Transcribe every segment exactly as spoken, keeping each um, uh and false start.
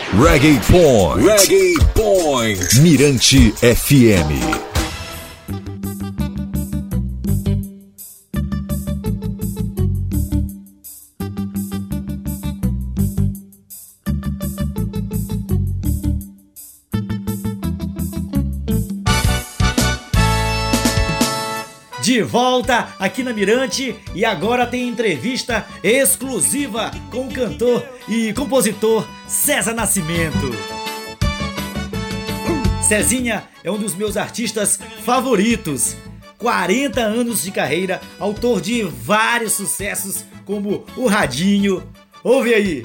Reggae Point. Reggae Point. Mirante F M. De volta aqui na Mirante e agora tem entrevista exclusiva com o cantor e compositor César Nascimento. Cezinha é um dos meus artistas favoritos. quarenta anos de carreira, autor de vários sucessos como O Radinho. Ouve aí!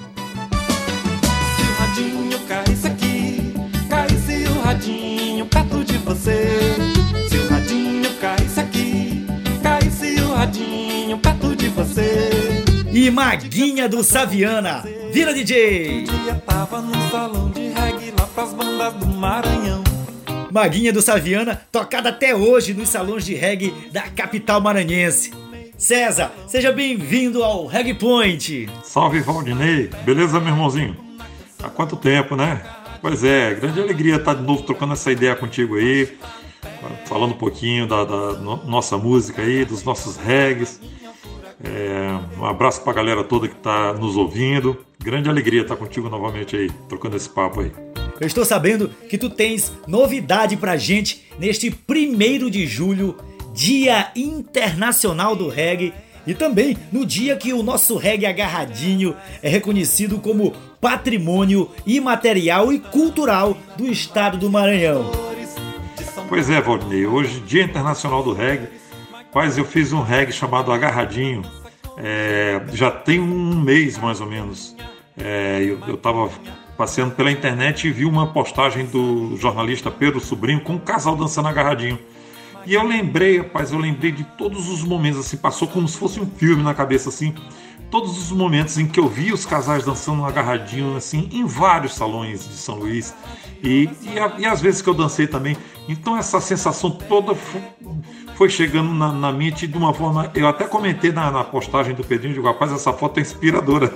Se o radinho caísse aqui, caísse o radinho perto de você. Se o radinho caísse aqui, caísse o radinho perto de você. E Maguinha do Saviana, vira D J! Um dia tava num salão de reggae lá pras bandas do Maranhão. Maguinha do Saviana, tocada até hoje nos salões de reggae da capital maranhense. César, seja bem-vindo ao Reggae Point. Salve, Valdinei. Beleza, meu irmãozinho? Há quanto tempo, né? Pois é, grande alegria estar de novo trocando essa ideia contigo aí, falando um pouquinho da, da no, nossa música aí, dos nossos reggaes. É, um abraço pra galera toda que tá nos ouvindo. Grande alegria estar contigo novamente aí, trocando esse papo aí. Eu estou sabendo que tu tens novidade pra gente neste primeiro de julho, Dia Internacional do Reggae, e também no dia que o nosso reggae agarradinho é reconhecido como patrimônio imaterial e cultural do estado do Maranhão. Pois é, Valdinei, hoje Dia Internacional do Reggae. Rapaz, eu fiz um reggae chamado Agarradinho, é, já tem um mês mais ou menos. É, eu, eu tava passeando pela internet e vi uma postagem do jornalista Pedro Sobrinho com um casal dançando agarradinho. E eu lembrei, rapaz, eu lembrei de todos os momentos, assim, passou como se fosse um filme na cabeça, assim, todos os momentos em que eu vi os casais dançando agarradinho, assim, em vários salões de São Luís, e, e, a, e às vezes que eu dancei também. Então essa sensação toda foi, foi chegando na, na mente de uma forma, eu até comentei na, na postagem do Pedrinho, digo, rapaz, essa foto é inspiradora.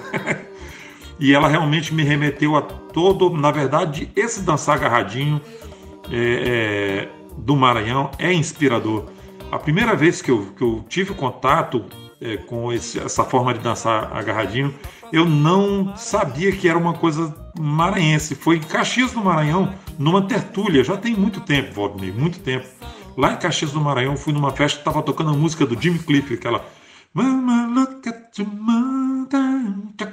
E ela realmente me remeteu a todo, na verdade, esse dançar agarradinho é, é, do Maranhão é inspirador. A primeira vez que eu, que eu tive contato é, com esse, essa forma de dançar agarradinho, eu não sabia que era uma coisa maranhense. Foi em Caxias do Maranhão, numa tertúlia, já tem muito tempo, Valdinei, muito tempo. Lá em Caxias do Maranhão, fui numa festa que estava tocando a música do Jimmy Cliff, aquela Mama, look at your mother.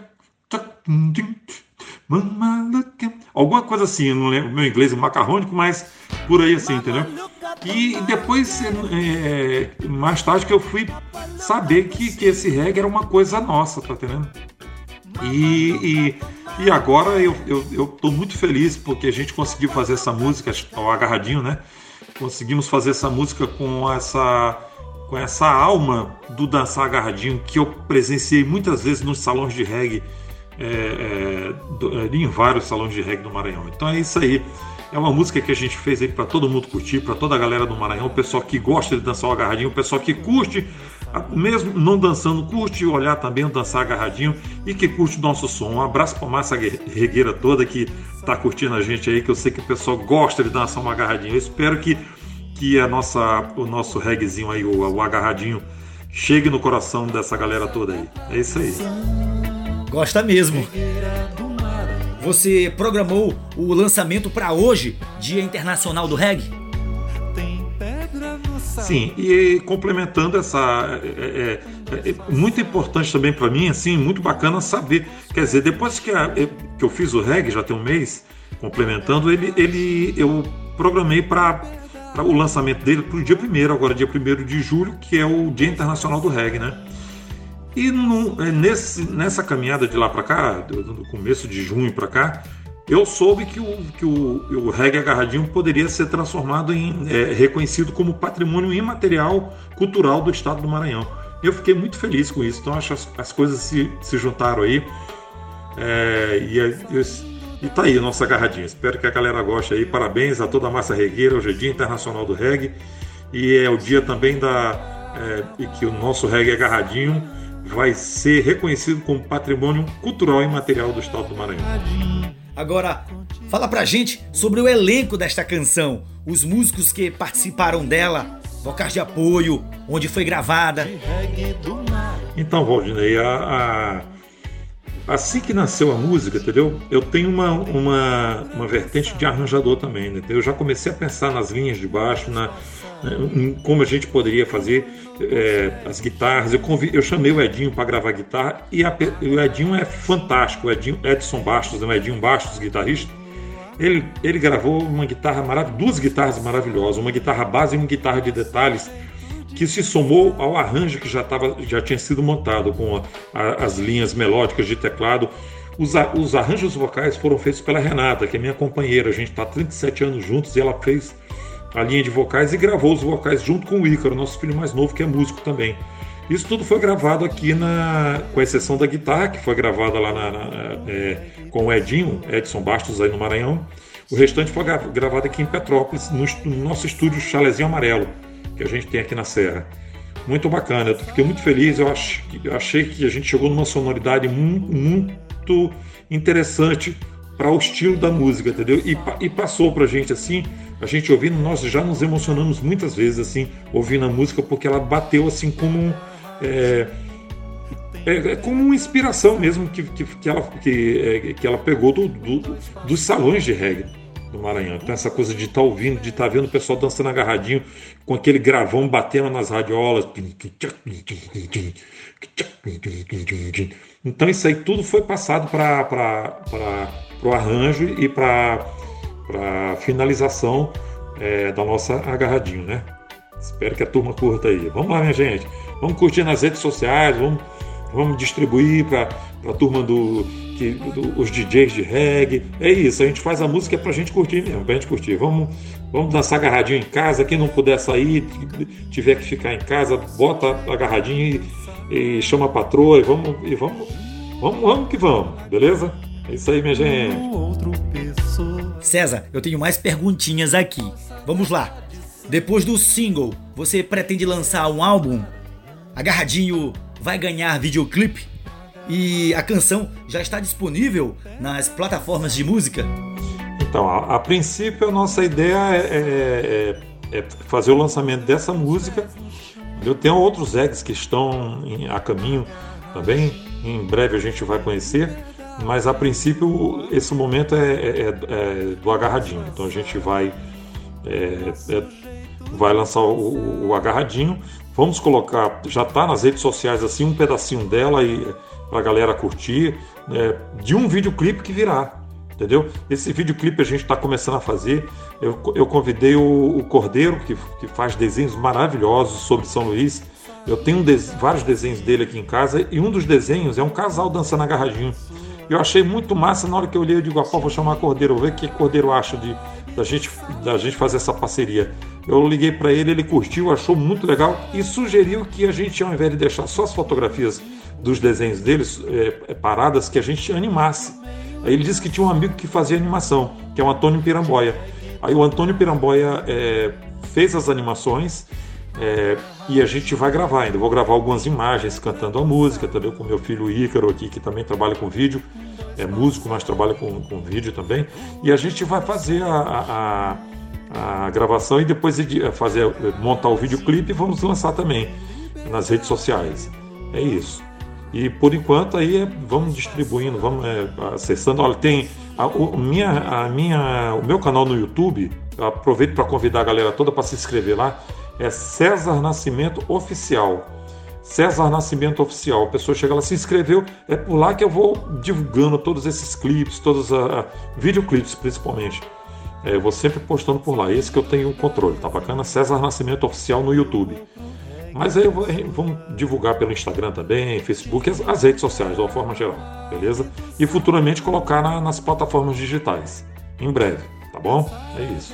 Alguma coisa assim, eu não lembro, meu inglês é macarrônico, mas por aí assim, entendeu? E depois, é, mais tarde que eu fui saber que, que esse reggae era uma coisa nossa, tá entendendo? E, e, e agora eu, eu, eu tô muito feliz porque a gente conseguiu fazer essa música, o Agarradinho, né? Conseguimos fazer essa música com essa, com essa alma do dançar agarradinho que eu presenciei muitas vezes nos salões de reggae. É, é, do, em vários salões de reggae do Maranhão. Então é isso aí, é uma música que a gente fez aí para todo mundo curtir, para toda a galera do Maranhão, o pessoal que gosta de dançar o agarradinho, o pessoal que curte, mesmo não dançando, curte olhar também o dançar agarradinho e que curte o nosso som. Um abraço para a massa regueira toda que tá curtindo a gente aí, que eu sei que o pessoal gosta de dançar um agarradinho. Eu espero que, que a nossa, o nosso reggaezinho aí, o, o agarradinho, chegue no coração dessa galera toda aí. É isso aí. Gosta mesmo. Você programou o lançamento para hoje, Dia Internacional do Reggae? Sim, e complementando essa, é, é, é muito importante também para mim, assim, muito bacana saber, quer dizer, depois que, a, que eu fiz o reggae, já tem um mês, complementando, ele, ele eu programei para o lançamento dele para o dia primeiro, agora dia primeiro de julho, que é o Dia Internacional do Reggae, né? E no, nesse, nessa caminhada de lá para cá, do, do começo de junho para cá, eu soube que o, que o, o reggae agarradinho poderia ser transformado em, é, reconhecido como patrimônio imaterial cultural do estado do Maranhão. Eu fiquei muito feliz com isso, então acho que as, as coisas se, se juntaram aí. É, e, e tá aí o nosso agarradinho. Espero que a galera goste aí. Parabéns a toda a massa regueira. Hoje é Dia Internacional do Reggae e é o dia também da, é, e que o nosso reggae agarradinho vai ser reconhecido como patrimônio cultural e imaterial do estado do Maranhão. Agora, fala pra gente sobre o elenco desta canção, os músicos que participaram dela, vocais de apoio, onde foi gravada. Então, Valdinei, a, a, assim que nasceu a música, entendeu? Eu tenho uma, uma, uma vertente de arranjador também, né? Eu já comecei a pensar nas linhas de baixo, na, em como a gente poderia fazer é, as guitarras. Eu, convi, eu chamei o Edinho para gravar guitarra e a, o Edinho é fantástico, o Edinho, Edson Bastos, o Edinho Bastos, guitarrista. Ele, ele gravou uma guitarra maravilhosa, duas guitarras maravilhosas, uma guitarra base e uma guitarra de detalhes, que se somou ao arranjo que já, tava, já tinha sido montado com a, a, as linhas melódicas de teclado. Os, os arranjos vocais foram feitos pela Renata, que é minha companheira. A gente está há trinta e sete anos juntos e ela fez a linha de vocais e gravou os vocais junto com o Ícaro, nosso filho mais novo, que é músico também. Isso tudo foi gravado aqui, na, com exceção da guitarra, que foi gravada lá na, na, é, com o Edinho, Edson Bastos, aí no Maranhão. O restante foi gravado aqui em Petrópolis, no, no nosso estúdio Chalezinho Amarelo, que a gente tem aqui na Serra. Muito bacana, eu fiquei muito feliz, eu, ach, eu achei que a gente chegou numa sonoridade muito, muito interessante para o estilo da música, entendeu? E, e passou pra gente assim, a gente ouvindo, nós já nos emocionamos muitas vezes assim, ouvindo a música, porque ela bateu assim como um, é, é, como uma inspiração mesmo que, que, que, ela, que, é, que ela pegou do, do, dos salões de reggae do Maranhão. Então essa coisa de estar tá ouvindo, de estar tá vendo o pessoal dançando agarradinho, com aquele gravão batendo nas radiolas. Então isso aí tudo foi passado para o arranjo e para a finalização é, da nossa agarradinho, né? Espero que a turma curta aí. Vamos lá, minha gente. Vamos curtir nas redes sociais, vamos, vamos distribuir para a turma do, que, do, os D Js de reggae. É isso, a gente faz a música para a gente curtir mesmo, para a gente curtir. Vamos, vamos dançar agarradinho em casa. Quem não puder sair, tiver que ficar em casa, bota agarradinho e, e chama a patroa e vamos, e vamos, vamos, vamos que vamos, beleza? É isso aí, minha gente. César, eu tenho mais perguntinhas aqui. Vamos lá. Depois do single, você pretende lançar um álbum? Agarradinho vai ganhar videoclipe? E a canção já está disponível nas plataformas de música? Então, a, a princípio, a nossa ideia é, é, é fazer o lançamento dessa música. Eu tenho outros eggs que estão em, a caminho também. Em breve a gente vai conhecer. Mas a princípio, esse momento é, é, é do agarradinho. Então a gente vai, é, é, vai lançar o, o agarradinho. Vamos colocar, já está nas redes sociais assim, um pedacinho dela para a galera curtir, né, de um videoclipe que virá, entendeu? Esse videoclipe a gente está começando a fazer. Eu, eu convidei o, o Cordeiro, que, que faz desenhos maravilhosos sobre São Luís. Eu tenho de, vários desenhos dele aqui em casa e um dos desenhos é um casal dançando agarradinho. Eu achei muito massa. Na hora que eu olhei, eu digo, ah, pô, vou chamar Cordeiro, vou ver o que Cordeiro acha de, da, gente, da gente fazer essa parceria. Eu liguei para ele, ele curtiu, achou muito legal e sugeriu que a gente, ao invés de deixar só as fotografias dos desenhos deles é, paradas, que a gente animasse. Aí ele disse que tinha um amigo que fazia animação, que é o Antônio Piramboia. Aí o Antônio Piramboia é, fez as animações. É, e a gente vai gravar ainda. Vou gravar algumas imagens cantando a música, também com meu filho Ícaro aqui, que também trabalha com vídeo, é músico, mas trabalha com, com vídeo também. E a gente vai fazer a, a, a gravação e depois fazer, montar o videoclipe e vamos lançar também nas redes sociais. É isso. E por enquanto aí é, vamos distribuindo, vamos é, acessando. Olha, tem a, o, minha, a minha, o meu canal no YouTube. Eu aproveito para convidar a galera toda para se inscrever lá. É César Nascimento Oficial. César Nascimento Oficial. A pessoa chega lá, se inscreveu, é por lá que eu vou divulgando todos esses clipes, todos os videoclipes principalmente. É, eu vou sempre postando por lá. Esse que eu tenho o controle, tá bacana? César Nascimento Oficial no YouTube. Mas aí eu vou, vamos divulgar pelo Instagram também, Facebook, as, as redes sociais, de uma forma geral, beleza? E futuramente colocar na, nas plataformas digitais. Em breve, tá bom? É isso.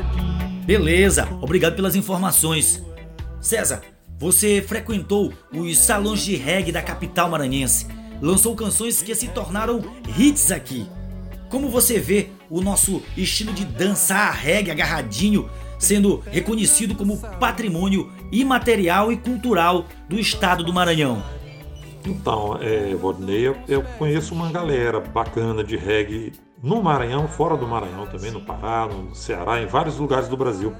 Beleza, obrigado pelas informações. César, você frequentou os salões de reggae da capital maranhense, lançou canções que se tornaram hits aqui. Como você vê o nosso estilo de dançar reggae agarradinho sendo reconhecido como patrimônio imaterial e cultural do estado do Maranhão? Então, é, Valdinei, eu, eu conheço uma galera bacana de reggae no Maranhão, fora do Maranhão também, no Pará, no Ceará, em vários lugares do Brasil.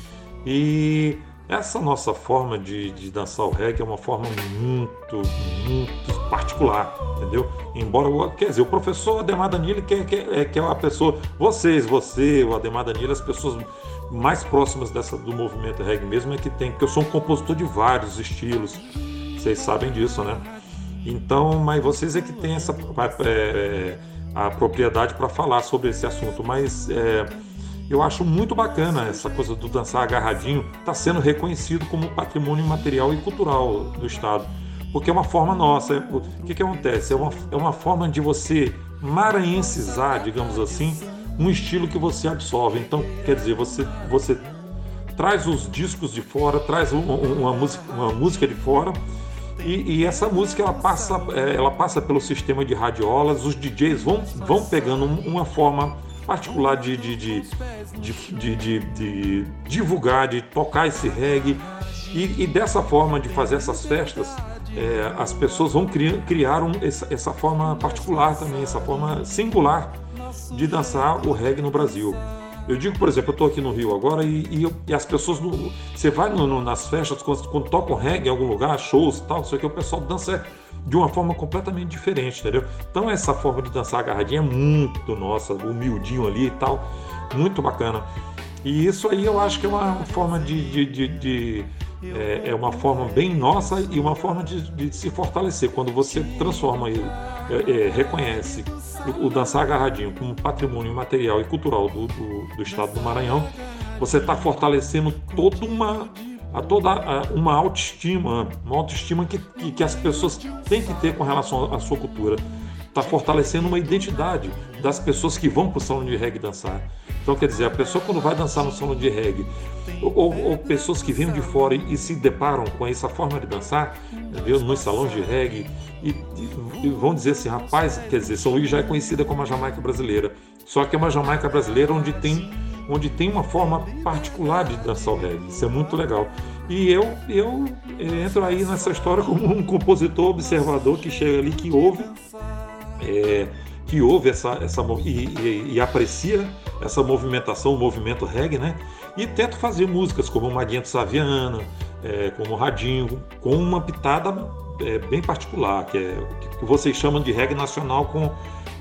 E essa nossa forma de, de dançar o reggae é uma forma muito, muito particular, entendeu? Embora, quer dizer, o professor Ademar Danilo, que é, que é, que é a pessoa, vocês, você, o Ademar Danilo, as pessoas mais próximas dessa, do movimento reggae mesmo é que tem, porque eu sou um compositor de vários estilos, vocês sabem disso, né? Então, mas vocês é que tem essa é, a propriedade para falar sobre esse assunto, mas é, eu acho muito bacana essa coisa do dançar agarradinho, está sendo reconhecido como patrimônio material e cultural do Estado, porque é uma forma nossa. O que, que acontece? É uma, é uma forma de você maranhenseizar, digamos assim, um estilo que você absorve. Então, quer dizer, você, você traz os discos de fora, traz uma, uma, música, uma música de fora, e, e essa música ela passa, ela passa pelo sistema de radiolas, os D Js vão, vão pegando uma forma particular de, de, de, de, de, de, de divulgar, de tocar esse reggae, e, e dessa forma de fazer essas festas, é, as pessoas vão criar, criar um, essa, essa forma particular também, essa forma singular de dançar o reggae no Brasil. Eu digo, por exemplo, eu estou aqui no Rio agora e, e, eu, e as pessoas, no, você vai no, no, nas festas, quando, quando tocam reggae em algum lugar, shows e tal, só que o pessoal dança de uma forma completamente diferente, entendeu? Então essa forma de dançar agarradinha é muito nossa, humildinho ali e tal, muito bacana. E isso aí eu acho que é uma forma de... de, de, de é, é uma forma bem nossa e uma forma de, de se fortalecer. Quando você transforma e é, é, reconhece o, o dançar agarradinho como patrimônio material e cultural do, do, do Estado do Maranhão, você está fortalecendo toda uma... a toda a, uma autoestima, uma autoestima que, que, que as pessoas têm que ter com relação à sua cultura. Está fortalecendo uma identidade das pessoas que vão para o salão de reggae dançar. Então, quer dizer, a pessoa quando vai dançar no salão de reggae, ou, ou pessoas que vêm de fora e, e se deparam com essa forma de dançar, entendeu? Nos salões de reggae, e, e, e vão dizer assim, rapaz, quer dizer, São Luís já é conhecida como a Jamaica brasileira, só que é uma Jamaica brasileira onde tem onde tem uma forma particular de dançar o reggae. Isso é muito legal. E eu, eu entro aí nessa história como um compositor observador que chega ali, que ouve, é, que ouve essa, essa, e, e, e aprecia essa movimentação, o movimento reggae, né? E tento fazer músicas como Maguinha de Saviana, é, como Radinho, com uma pitada é, bem particular, que, é, que vocês chamam de reggae nacional com...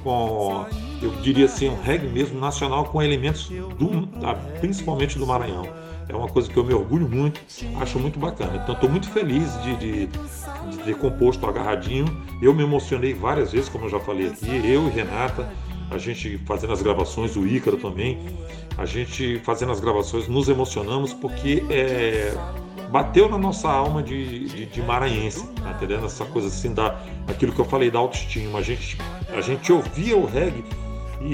com eu diria assim, um reggae mesmo nacional com elementos do, principalmente do Maranhão. É uma coisa que eu me orgulho muito, acho muito bacana. Então estou muito feliz de, de, de ter composto o Agarradinho. Eu me emocionei várias vezes, como eu já falei aqui, eu e Renata, a gente fazendo as gravações, o Ícaro também, a gente fazendo as gravações, nos emocionamos porque é, bateu na nossa alma de, de, de maranhense, tá entendendo? Essa coisa assim, da, aquilo que eu falei da autoestima. A gente, a gente ouvia o reggae e,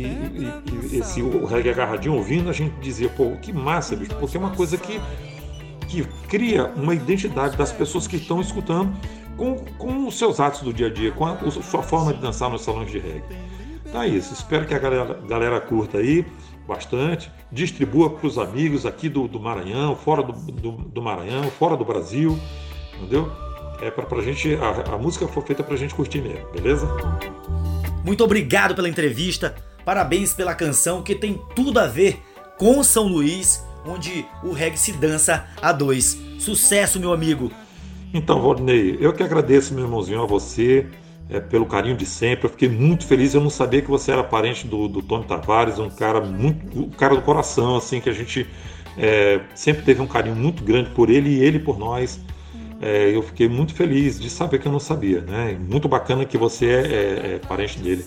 e, e esse, o reggae agarradinho ouvindo, a gente dizia, pô, que massa, bicho, porque é uma coisa que, que cria uma identidade das pessoas que estão escutando com, com os seus atos do dia a dia, com a, a sua forma de dançar nos salões de reggae. Então é isso, espero que a galera, galera curta aí bastante, distribua para os amigos aqui do, do Maranhão, fora do, do, do Maranhão, fora do Brasil, entendeu? É para a gente, a, a música foi feita para a gente curtir mesmo, beleza? Muito obrigado pela entrevista, parabéns pela canção que tem tudo a ver com São Luís, onde o reggae se dança a dois. Sucesso, meu amigo! Então, Valdinei, eu que agradeço, meu irmãozinho, a você, é, pelo carinho de sempre. Eu fiquei muito feliz, eu não sabia que você era parente do, do Tony Tavares, um cara muito, um cara do coração, assim, que a gente é, sempre teve um carinho muito grande por ele e ele por nós. É, eu fiquei muito feliz de saber que eu não sabia, né? Muito bacana que você é, é, é parente dele.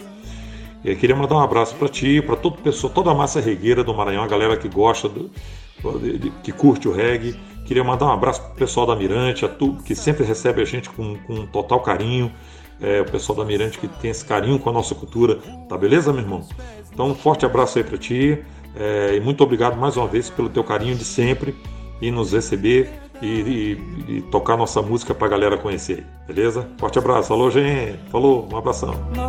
Eu queria mandar um abraço para ti, para toda pessoa, toda a massa regueira do Maranhão, a galera que gosta, do, de, de, que curte o reggae. Queria mandar um abraço para o pessoal da Mirante, a tu, que sempre recebe a gente com, com total carinho. É, o pessoal da Mirante que tem esse carinho com a nossa cultura, tá beleza, meu irmão? Então um forte abraço aí para ti, é, e muito obrigado mais uma vez pelo teu carinho de sempre e nos receber e, e, e tocar nossa música pra galera conhecer, beleza? Forte abraço, falou, gente, falou, um abração.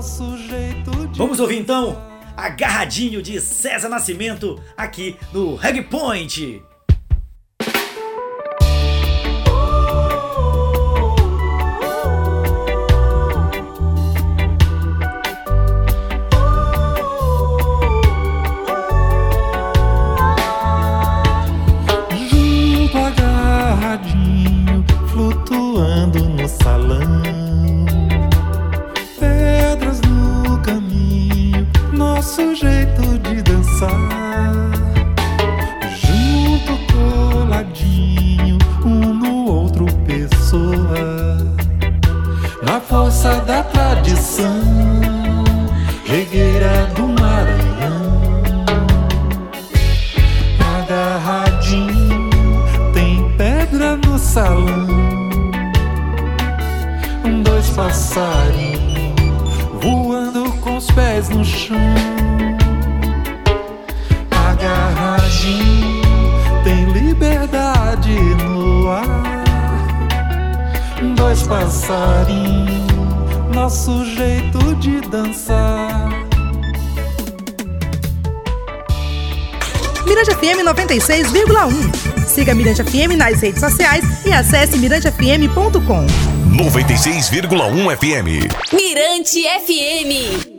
Vamos ouvir então Agarradinho de César Nascimento aqui no Reggae Point. nosso jeito de dançar, junto coladinho, um no outro pessoa, na força da tradição, regueira do Maranhão. Agarradinho, tem pedra no salão, dois passarinhos voando com os pés no chão. Agarradinho, tem liberdade no ar, dois passarinhos, nosso jeito de dançar. Mirante F M noventa e seis vírgula um. Siga Mirante F M nas redes sociais e acesse mirante f m ponto com. noventa e seis vírgula um F M. Mirante F M.